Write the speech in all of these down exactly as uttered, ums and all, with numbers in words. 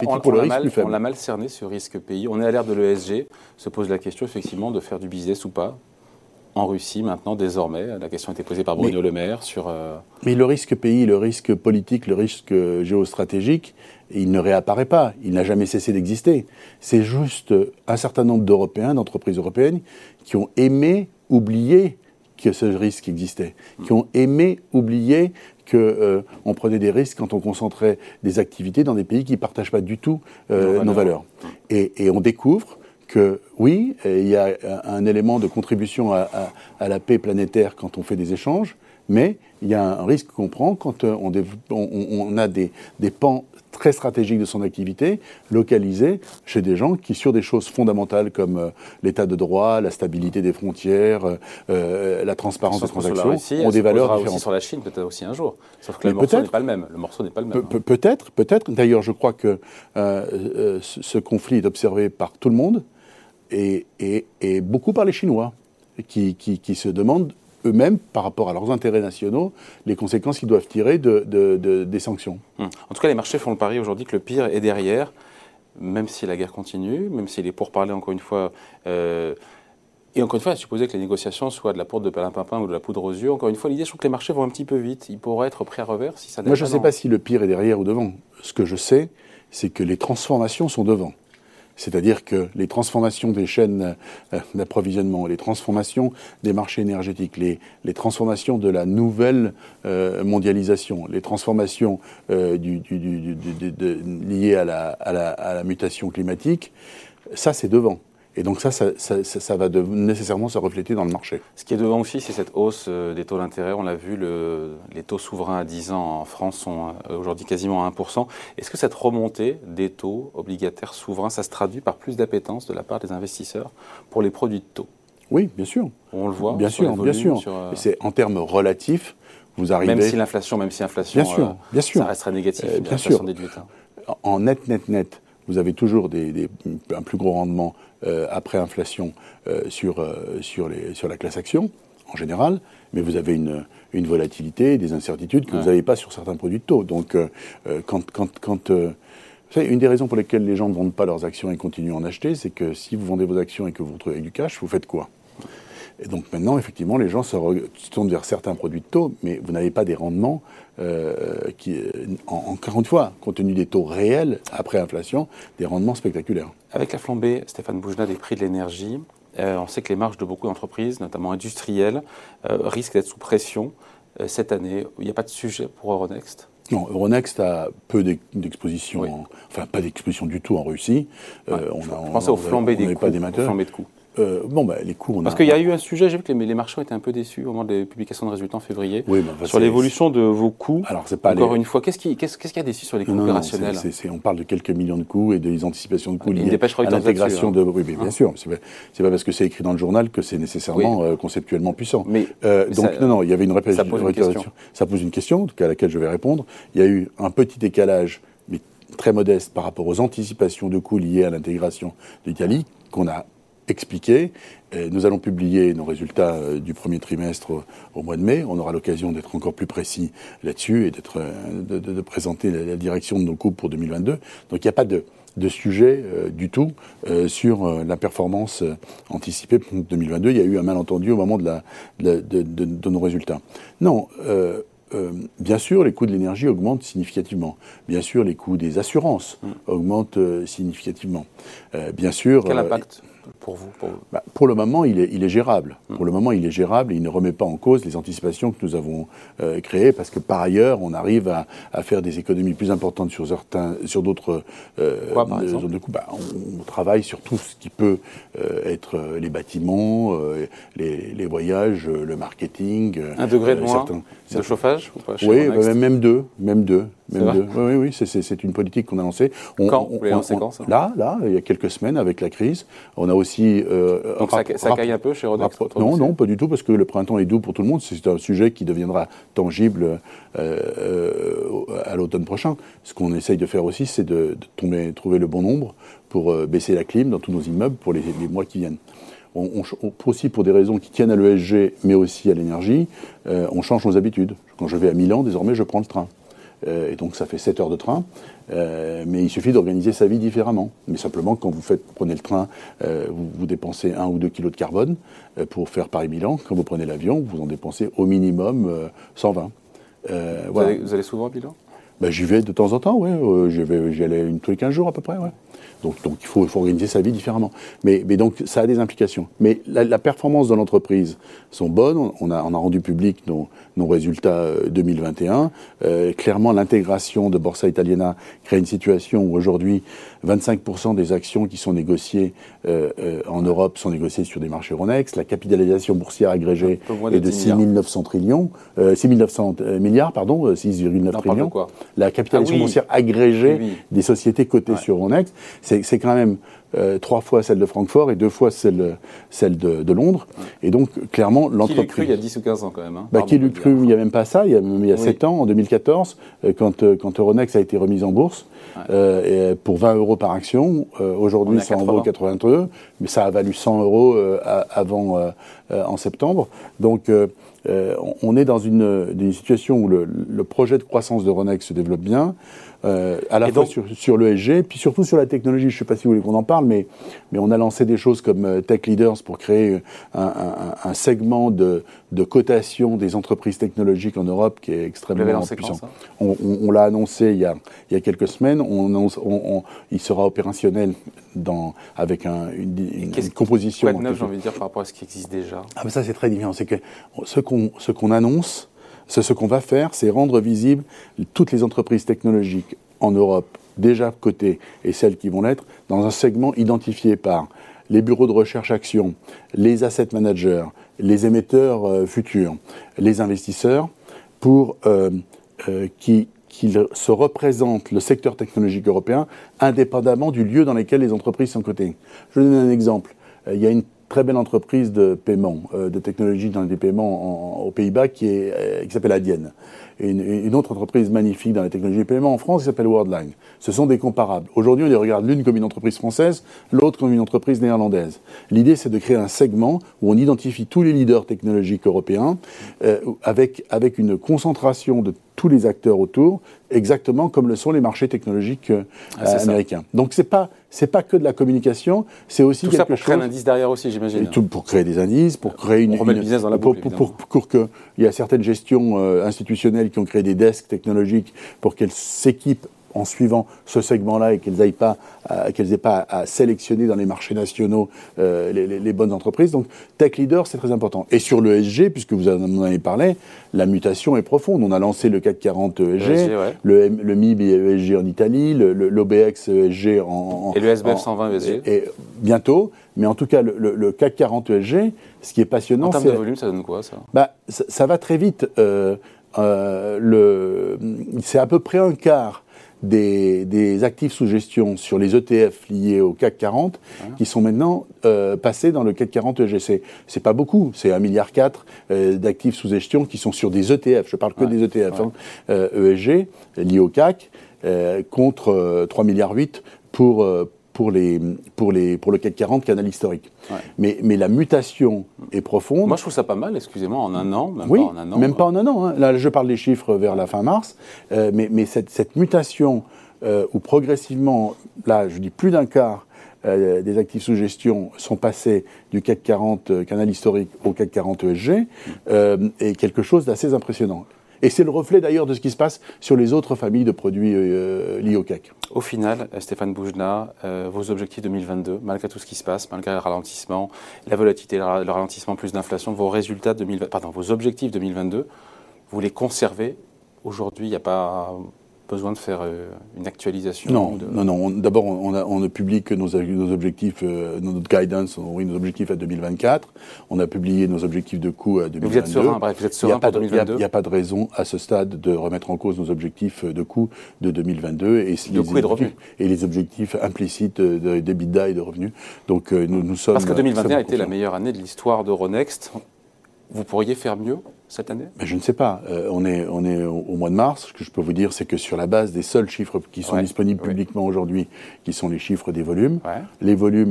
appétit on, pour on le risque mal, plus faible. On l'a mal cerné, ce risque pays. On est à l'ère de l'E S G. Se pose la question, effectivement, de faire du business ou pas en Russie, maintenant, désormais. La question a été posée par Bruno mais, Le Maire sur... Euh... Mais le risque pays, le risque politique, le risque géostratégique, il ne réapparaît pas. Il n'a jamais cessé d'exister. C'est juste un certain nombre d'Européens, d'entreprises européennes, qui ont aimé oublier que ce risque existait, qui ont aimé oublier qu'on euh, prenait des risques quand on concentrait des activités dans des pays qui ne partagent pas du tout euh, nos valeurs. Et, et on découvre que oui, il y a un élément de contribution à, à, à la paix planétaire quand on fait des échanges, mais il y a un risque qu'on prend quand on, on, on a des, des pans très stratégiques de son activité localisés chez des gens qui, sur des choses fondamentales comme euh, l'état de droit, la stabilité des frontières, euh, la transparence des transactions, Russie, ont des valeurs différentes. Aussi sur la Chine, peut-être aussi un jour. Sauf que mais le morceau n'est pas le même. Le morceau n'est pas le même. Pe- peut-être, peut-être. D'ailleurs, je crois que euh, euh, ce conflit est observé par tout le monde. Et, et, et beaucoup par les Chinois, qui, qui, qui se demandent eux-mêmes, par rapport à leurs intérêts nationaux, les conséquences qu'ils doivent tirer de, de, de, des sanctions. Hum. En tout cas, les marchés font le pari aujourd'hui que le pire est derrière, même si la guerre continue, même si les pourparlers, encore une fois... Euh, et encore une fois, à supposer que les négociations soient de la poudre de perlimpinpin ou de la poudre aux yeux, encore une fois, l'idée, je trouve que les marchés vont un petit peu vite. Ils pourraient être pris à revers si ça n'est pas... Moi, je ne sais pas si le pire est derrière ou devant. Ce que je sais, c'est que les transformations sont devant. C'est-à-dire que les transformations des chaînes d'approvisionnement, les transformations des marchés énergétiques, les, les transformations de la nouvelle euh, mondialisation, les transformations euh, du, du, du, du, de, de, liées à la, à, la, à la mutation climatique, ça c'est devant. Et donc ça, ça, ça, ça, ça va de, nécessairement se refléter dans le marché. Ce qui est devant aussi, c'est cette hausse euh, des taux d'intérêt. On l'a vu, le, les taux souverains à dix ans en France sont euh, aujourd'hui quasiment à un pour cent. Est-ce que cette remontée des taux obligataires souverains, ça se traduit par plus d'appétence de la part des investisseurs pour les produits de taux? Oui, bien sûr. On le voit. Bien sur sûr, les volumes, bien sûr. Sur, euh... C'est en termes relatifs, vous arrivez. Même si l'inflation, même si l'inflation, bien sûr, euh, bien sûr. ça resterait négatif. Euh, bien sûr. déduite, hein. En net, net, net. Vous avez toujours des, des, un plus gros rendement euh, après inflation euh, sur, euh, sur, les, sur la classe action, en général, mais vous avez une, une volatilité, des incertitudes que ouais. vous n'avez pas sur certains produits de taux. Donc, euh, quand... quand, quand euh, vous savez, une des raisons pour lesquelles les gens ne vendent pas leurs actions et continuent à en acheter, c'est que si vous vendez vos actions et que vous vous retrouvez avec du cash, vous faites quoi ? Et donc maintenant, effectivement, les gens se, re- se tournent vers certains produits de taux, mais vous n'avez pas des rendements euh, qui, en, encore une fois, compte tenu des taux réels après inflation, des rendements spectaculaires. Avec la flambée, Stéphane Boujnah, des prix de l'énergie, euh, on sait que les marges de beaucoup d'entreprises, notamment industrielles, euh, risquent d'être sous pression euh, cette année. Il n'y a pas de sujet pour Euronext ? Non, Euronext a peu d'exposition, oui. en, enfin pas d'exposition du tout en Russie. Ouais, euh, on a, je pensais aux flambées des coûts, aux flambées de coûts. Euh, bon, bah, les coûts, on Parce a... qu'il y a eu un sujet, j'ai vu que les, les marchands étaient un peu déçus au moment des publications de résultats en février, oui, bah, sur l'évolution de vos coûts. Alors, c'est pas Encore les... une fois, qu'est-ce qui, qu'est-ce, qu'est-ce qui a déçu sur les coûts non, opérationnels? non, c'est, c'est, on parle de quelques millions de coûts et des anticipations de coûts ah, liées à l'intégration hein. de... Oui, mais bien hein. sûr, c'est pas, c'est pas parce que c'est écrit dans le journal que c'est nécessairement oui. euh, conceptuellement puissant. Mais, euh, mais donc, ça, non, non, il y avait une répétition. Ça pose une question. Ça pose une question, en tout cas à laquelle je vais répondre. Il y a eu un petit décalage, mais très modeste, par rapport aux anticipations de coûts liées à l'intégration de l'Italie, qu'on a expliqué. Et nous allons publier nos résultats euh, du premier trimestre au, au mois de mai. On aura l'occasion d'être encore plus précis là-dessus et d'être, euh, de, de, de présenter la, la direction de nos coûts pour deux mille vingt-deux. Donc il n'y a pas de, de sujet euh, du tout euh, sur euh, la performance euh, anticipée pour deux mille vingt-deux. Il y a eu un malentendu au moment de, la, de, de, de, de nos résultats. Non, euh, Euh, bien sûr, les coûts de l'énergie augmentent significativement. Bien sûr, les coûts des assurances mmh. augmentent euh, significativement. Euh, bien sûr. Quel impact euh, pour vous, pour vous bah, Pour le moment, il est, il est gérable. Mmh. Pour le moment, il est gérable et il ne remet pas en cause les anticipations que nous avons euh, créées, parce que par ailleurs, on arrive à, à faire des économies plus importantes sur certains, sur d'autres euh, Quoi, par exemple zones de coûts. Bah, on, on travaille sur tout ce qui peut euh, être les bâtiments, euh, les, les voyages, le marketing. Un degré de moins certains, de certains, chauffage ou pas chez Oui, bah, même deux, même deux. Même deux. Oui, oui, oui, c'est, c'est, c'est une politique qu'on a lancée. On, quand on, on, on, quand, Là, là, il y a quelques semaines avec la crise. On a aussi. Euh, Donc rap- ça, ça caille un peu chez Euronext. Rap- non, non, pas du tout, parce que le printemps est doux pour tout le monde. C'est un sujet qui deviendra tangible euh, euh, à l'automne prochain. Ce qu'on essaye de faire aussi, c'est de, de tomber, trouver le bon nombre pour euh, baisser la clim dans tous nos immeubles pour les, les mois qui viennent. On, on, on, aussi pour des raisons qui tiennent à l'E S G, mais aussi à l'énergie, euh, on change nos habitudes. Quand je vais à Milan, désormais, je prends le train. euh, et donc ça fait sept heures de train. Euh, mais il suffit d'organiser sa vie différemment. Mais simplement, quand vous faites, prenez le train, euh, vous, vous dépensez un ou deux kilos de carbone euh, pour faire Paris-Milan. Quand vous prenez l'avion, vous en dépensez au minimum euh, cent vingt. Euh, vous, voilà. allez, vous allez souvent à Milan ? Ben, j'y vais de temps en temps, oui. Euh, j'y, j'y allais une, tous les quinze jours à peu près, ouais. Donc, donc il, faut, il faut organiser sa vie différemment. Mais, mais donc ça a des implications. Mais la, la performance de l'entreprise sont bonnes. On a, on a rendu public nos, nos résultats deux mille vingt et un. Euh, clairement, l'intégration de Borsa Italiana crée une situation où aujourd'hui, vingt-cinq pour cent des actions qui sont négociées euh, euh, en Europe sont négociées sur des marchés Euronext. La capitalisation boursière agrégée est de six mille neuf cents trillions, euh, six mille neuf cents milliards, pardon, six virgule neuf trillions. La capitalisation ah, oui. boursière agrégée oui, oui. des sociétés cotées ouais. sur Euronext, c'est, c'est quand même euh, trois fois celle de Francfort et deux fois celle, celle de, de Londres. Ouais. Et donc, clairement, l'entreprise... Qui l'eût cru il y a dix ou quinze ans quand même hein. bah, Qui l'eût cru il n'y a même pas ça, il y a, il y a oui. sept ans, en deux mille quatorze, euh, quand, euh, quand Euronext a été remise en bourse, ouais. euh, et pour vingt euros par action, euh, aujourd'hui cent euros quatre-vingt-deux, mais ça a valu cent euros euh, avant, euh, euh, en septembre. Donc, euh, euh, on est dans une, une situation où le, le projet de croissance d'Euronext se développe bien, euh, à la et fois donc, sur, sur l'E S G, puis surtout sur la technologie. Je ne sais pas si vous voulez qu'on en parle, mais, mais on a lancé des choses comme euh, Tech Leaders pour créer un, un, un segment de, de cotation des entreprises technologiques en Europe qui est extrêmement puissant. On, on, on l'a annoncé il y a, il y a quelques semaines. On, on, on, il sera opérationnel dans, avec un, une, une, une composition. Quoi de neuf, j'ai envie de dire, par rapport à ce qui existe déjà? Ah, mais ça, c'est très différent. C'est que ce qu'on, ce qu'on annonce, c'est ce qu'on va faire, c'est rendre visibles toutes les entreprises technologiques en Europe déjà cotées et celles qui vont l'être dans un segment identifié par les bureaux de recherche actions, les asset managers, les émetteurs euh, futurs, les investisseurs, pour euh, euh, qui qu'ils se représentent le secteur technologique européen indépendamment du lieu dans lequel les entreprises sont cotées. Je vais vous donner un exemple. Euh, il y a une très belle entreprise de paiement, euh, de technologie dans les paiements en, aux Pays-Bas qui, est, euh, qui s'appelle Adyen. Et une, une autre entreprise magnifique dans la technologie des paiements en France qui s'appelle Worldline. Ce sont des comparables. Aujourd'hui, on les regarde l'une comme une entreprise française, l'autre comme une entreprise néerlandaise. L'idée, c'est de créer un segment où on identifie tous les leaders technologiques européens euh, avec, avec une concentration de tous les acteurs autour, exactement comme le sont les marchés technologiques euh, ah, américains. Ça. Donc c'est pas c'est pas que de la communication, c'est aussi tout quelque ça pour chose. Créer un indice derrière aussi, j'imagine. Et tout pour créer des indices, pour créer une. On remet le business dans la boucle, pour, pour, pour, pour que il y a certaines gestions euh, institutionnelles qui ont créé des desks technologiques pour qu'elles s'équipent en suivant ce segment-là et qu'elles n'aient pas, euh, qu'elles aient pas à, à sélectionner dans les marchés nationaux euh, les, les, les bonnes entreprises. Donc, Tech Leader, c'est très important. Et sur l'E S G, puisque vous en avez parlé, la mutation est profonde. On a lancé le C A C quarante E S G, E S G ouais. le, le M I B E S G en Italie, le, le, l'O B X E S G en, en... Et le S B F cent vingt E S G. Et, et bientôt. Mais en tout cas, le, le, le C A C quarante E S G, ce qui est passionnant, c'est... En termes de volume, ça donne quoi, ça bah, ça, ça va très vite. Euh, euh, le, c'est à peu près un quart Des, des actifs sous gestion sur les E T F liés au C A C quarante ouais. qui sont maintenant euh, passés dans le C A C quarante E S G. C'est, c'est pas beaucoup, c'est un virgule quatre milliard euh, d'actifs sous gestion qui sont sur des E T F, je parle que ouais. des E T F, ouais. hein, euh, E S G liés au C A C, euh, contre euh, trois virgule huit milliards pour, euh, pour, les, pour, les, pour le C A C quarante, canal historique. Ouais. Mais, mais la mutation est profonde. Moi, je trouve ça pas mal, excusez-moi, en un an, même oui, pas en un an. même pas en un an. Hein. Là, je parle des chiffres vers la fin mars, euh, mais, mais cette, cette mutation euh, où progressivement, là, je dis plus d'un quart euh, des actifs sous gestion sont passés du C A C quarante euh, canal historique au C A C quarante E S G, euh, est quelque chose d'assez impressionnant. Et c'est le reflet d'ailleurs de ce qui se passe sur les autres familles de produits euh, liés au C A C. Au final, Stéphane Boujnah, euh, vos objectifs deux mille vingt-deux, malgré tout ce qui se passe, malgré le ralentissement, la volatilité, le ralentissement plus d'inflation, vos résultats deux mille vingt, pardon, vos objectifs deux mille vingt-deux, vous les conservez aujourd'hui, il n'y a pas besoin de faire euh, une actualisation? Non, de... non, non. On, d'abord, on, a, on ne publie que nos, nos objectifs, euh, notre guidance, on, oui, nos objectifs à deux mille vingt-quatre. On a publié nos objectifs de coût à deux mille vingt-deux. Vous êtes serein, bref, vous êtes serein pour deux mille vingt-deux. Il n'y a, a pas de raison à ce stade de remettre en cause nos objectifs de coût de deux mille vingt-deux et, de coût et, de revenus. et les objectifs implicites de, d'EBITDA et de revenus. Donc, euh, nous, nous sommes. Parce que deux mille vingt et un a été la meilleure année de l'histoire d'Euronext. Vous pourriez faire mieux cette année? Mais je ne sais pas. Euh, on est, on est au, au mois de mars. Ce que je peux vous dire, c'est que sur la base des seuls chiffres qui sont ouais, disponibles ouais. publiquement aujourd'hui, qui sont les chiffres des volumes, ouais. les volumes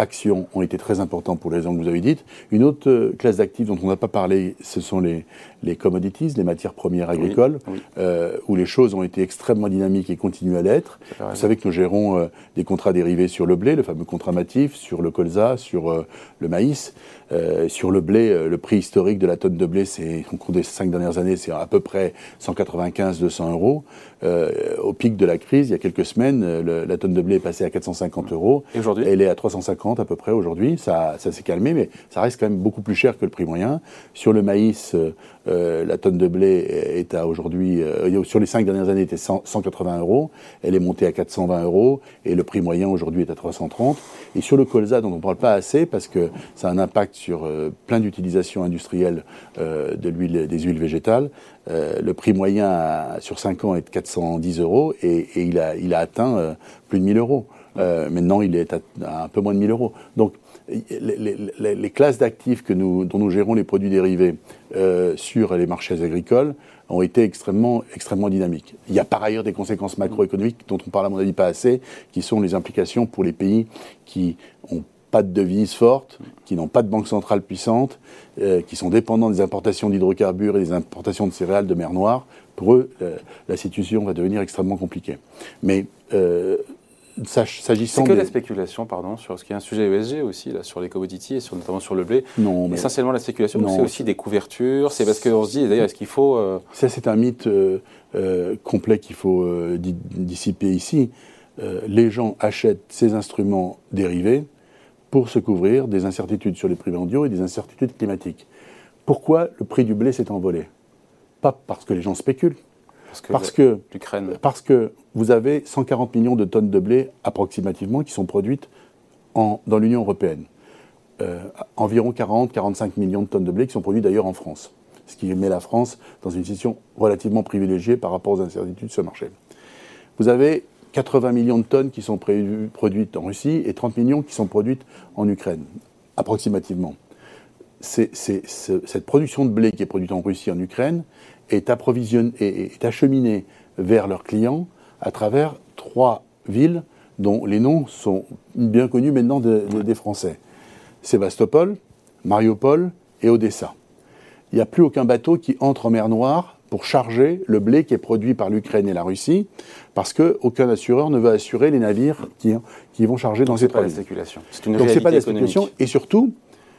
actions ont été très importants pour les raisons que vous avez dites. Une autre euh, classe d'actifs dont on n'a pas parlé, ce sont les, les commodities, les matières premières agricoles, oui, oui. Euh, où les choses ont été extrêmement dynamiques et continuent à l'être. Vous savez que nous gérons euh, des contrats dérivés sur le blé, le fameux contrat Matif, sur le colza, sur euh, le maïs. Euh, sur le blé, euh, le prix historique de la tonne de blé, c'est, au cours des cinq dernières années, c'est à peu près cent quatre-vingt-quinze à deux cents euros. Euh, au pic de la crise, il y a quelques semaines, le, la tonne de blé est passée à quatre cent cinquante euros. Et aujourd'hui ? Elle est à trois cent cinquante à peu près aujourd'hui. Ça, ça s'est calmé, mais ça reste quand même beaucoup plus cher que le prix moyen. Sur le maïs, euh, la tonne de blé est à aujourd'hui, euh, sur les cinq dernières années, était cent quatre-vingts euros. Elle est montée à quatre cent vingt euros et le prix moyen aujourd'hui est à trois cent trente. Et sur le colza, dont on ne parle pas assez parce que ça a un impact sur euh, plein d'utilisations industrielles euh, de l'huile, des huiles végétales, euh, le prix moyen à, sur cinq ans est de quatre cent dix euros et, et il, a, il a atteint euh, plus de mille euros. Euh, maintenant, il est à, à un peu moins de mille euros. Donc, les, les, les, les classes d'actifs que nous, dont nous gérons les produits dérivés euh, sur les marchés agricoles ont été extrêmement, extrêmement dynamiques. Il y a par ailleurs des conséquences macroéconomiques dont on parle à mon avis pas assez, qui sont les implications pour les pays qui ont pas de devise forte, qui n'ont pas de banque centrale puissante, euh, qui sont dépendants des importations d'hydrocarbures et des importations de céréales de mer Noire. Pour eux, euh, la situation va devenir extrêmement compliquée. Mais euh, s'agissant C'est que des... la spéculation, pardon, sur ce qui est un sujet E S G aussi, là, sur les commodities et sur, notamment sur le blé. Non, mais... Essentiellement la spéculation, non, c'est aussi des couvertures, c'est parce qu'on se dit, d'ailleurs, est-ce qu'il faut... Euh... Ça, c'est un mythe euh, euh, complet qu'il faut euh, dissiper ici. Euh, les gens achètent ces instruments dérivés pour se couvrir des incertitudes sur les prix mondiaux et des incertitudes climatiques. Pourquoi le prix du blé s'est envolé ? Pas parce que les gens spéculent, parce que, parce que, l'Ukraine. parce que vous avez cent quarante millions de tonnes de blé approximativement qui sont produites en, dans l'Union européenne. Euh, environ quarante à quarante-cinq millions de tonnes de blé qui sont produites d'ailleurs en France, ce qui met la France dans une situation relativement privilégiée par rapport aux incertitudes de ce marché. Vous avez quatre-vingts millions de tonnes qui sont prévues, produites en Russie et trente millions qui sont produites en Ukraine, approximativement. C'est, c'est, c'est, cette production de blé qui est produite en Russie et en Ukraine est, approvisionnée, est, est acheminée vers leurs clients à travers trois villes dont les noms sont bien connus maintenant de, de, des Français. Sébastopol, Mariupol et Odessa. Il n'y a plus aucun bateau qui entre en mer Noire pour charger le blé qui est produit par l'Ukraine et la Russie, parce qu'aucun assureur ne veut assurer les navires qui, qui vont charger dans ces trois villes. C'est pas la spéculation. C'est une Donc réalité c'est pas de la économique. spéculation. Et surtout,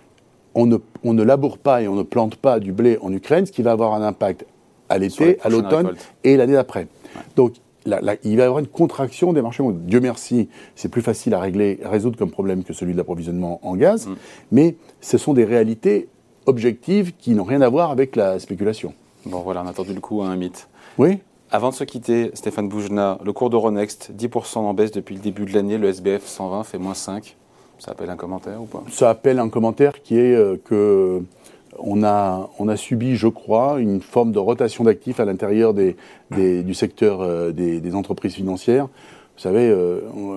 on ne, on ne laboure pas et on ne plante pas du blé en Ukraine, ce qui va avoir un impact à l'été, à l'automne récoltes. Et l'année d'après. Ouais. Donc la, la, il va y avoir une contraction des marchés mondiaux. Dieu merci, c'est plus facile à régler, à résoudre comme problème que celui de l'approvisionnement en gaz, mm. mais ce sont des réalités objectives qui n'ont rien à voir avec la spéculation. Bon voilà, on a tendu le coup à un mythe. Oui. Avant de se quitter, Stéphane Boujnah, le cours d'Euronext, dix pour cent en baisse depuis le début de l'année, le S B F cent vingt fait moins cinq. Ça appelle un commentaire ou pas ? Ça appelle un commentaire qui est euh, que on a, on a subi, je crois, une forme de rotation d'actifs à l'intérieur des, des, du secteur euh, des, des entreprises financières. Vous savez, euh,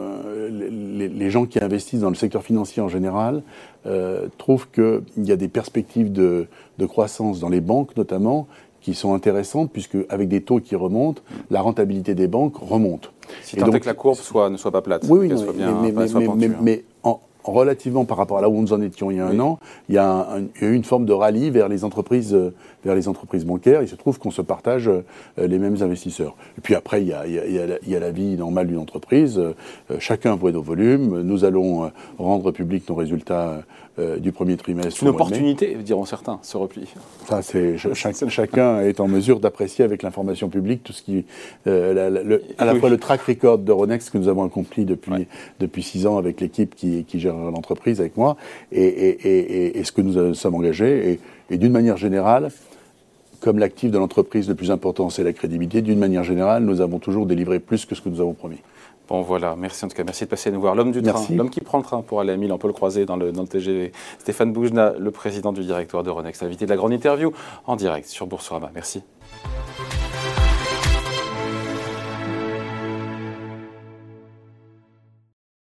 les, les gens qui investissent dans le secteur financier en général euh, trouvent qu'il y a des perspectives de, de croissance dans les banques notamment qui sont intéressantes puisque avec des taux qui remontent, la rentabilité des banques remonte. Si tant est que la courbe soit, ne soit pas plate, oui, oui, qu'elle non, soit bien, mais, mais, soit mais, pentue, mais, hein. mais en, relativement par rapport à là où nous en étions il y a oui. un an, il y a, un, il y a eu une forme de rallye vers les entreprises, euh, vers les entreprises bancaires. Il se trouve qu'on se partage euh, les mêmes investisseurs. Et puis après, il y a, il y a, il y a, la, il y a la vie normale d'une entreprise. Euh, chacun voit nos volumes. Nous allons euh, rendre public nos résultats euh, du premier trimestre. C'est une opportunité, diront certains, ce repli. Ça, c'est chaque, chacun est en mesure d'apprécier avec l'information publique tout ce qui, euh, la, la, le, à la oui. fois le track record d'Euronext que nous avons accompli depuis ouais. depuis six ans avec l'équipe qui, qui gère l'entreprise avec moi et, et, et, et ce que nous sommes engagés et, et d'une manière générale, comme l'actif de l'entreprise le plus important c'est la crédibilité, d'une manière générale nous avons toujours délivré plus que ce que nous avons promis. Bon voilà, merci en tout cas, merci de passer à nous voir. L'homme du merci. train, l'homme qui prend le train pour aller à Mille, on peut le croiser dans le, dans le T G V. Stéphane Boujnah, le président du directoire d'Euronext, invité de la grande interview en direct sur Boursorama. Merci.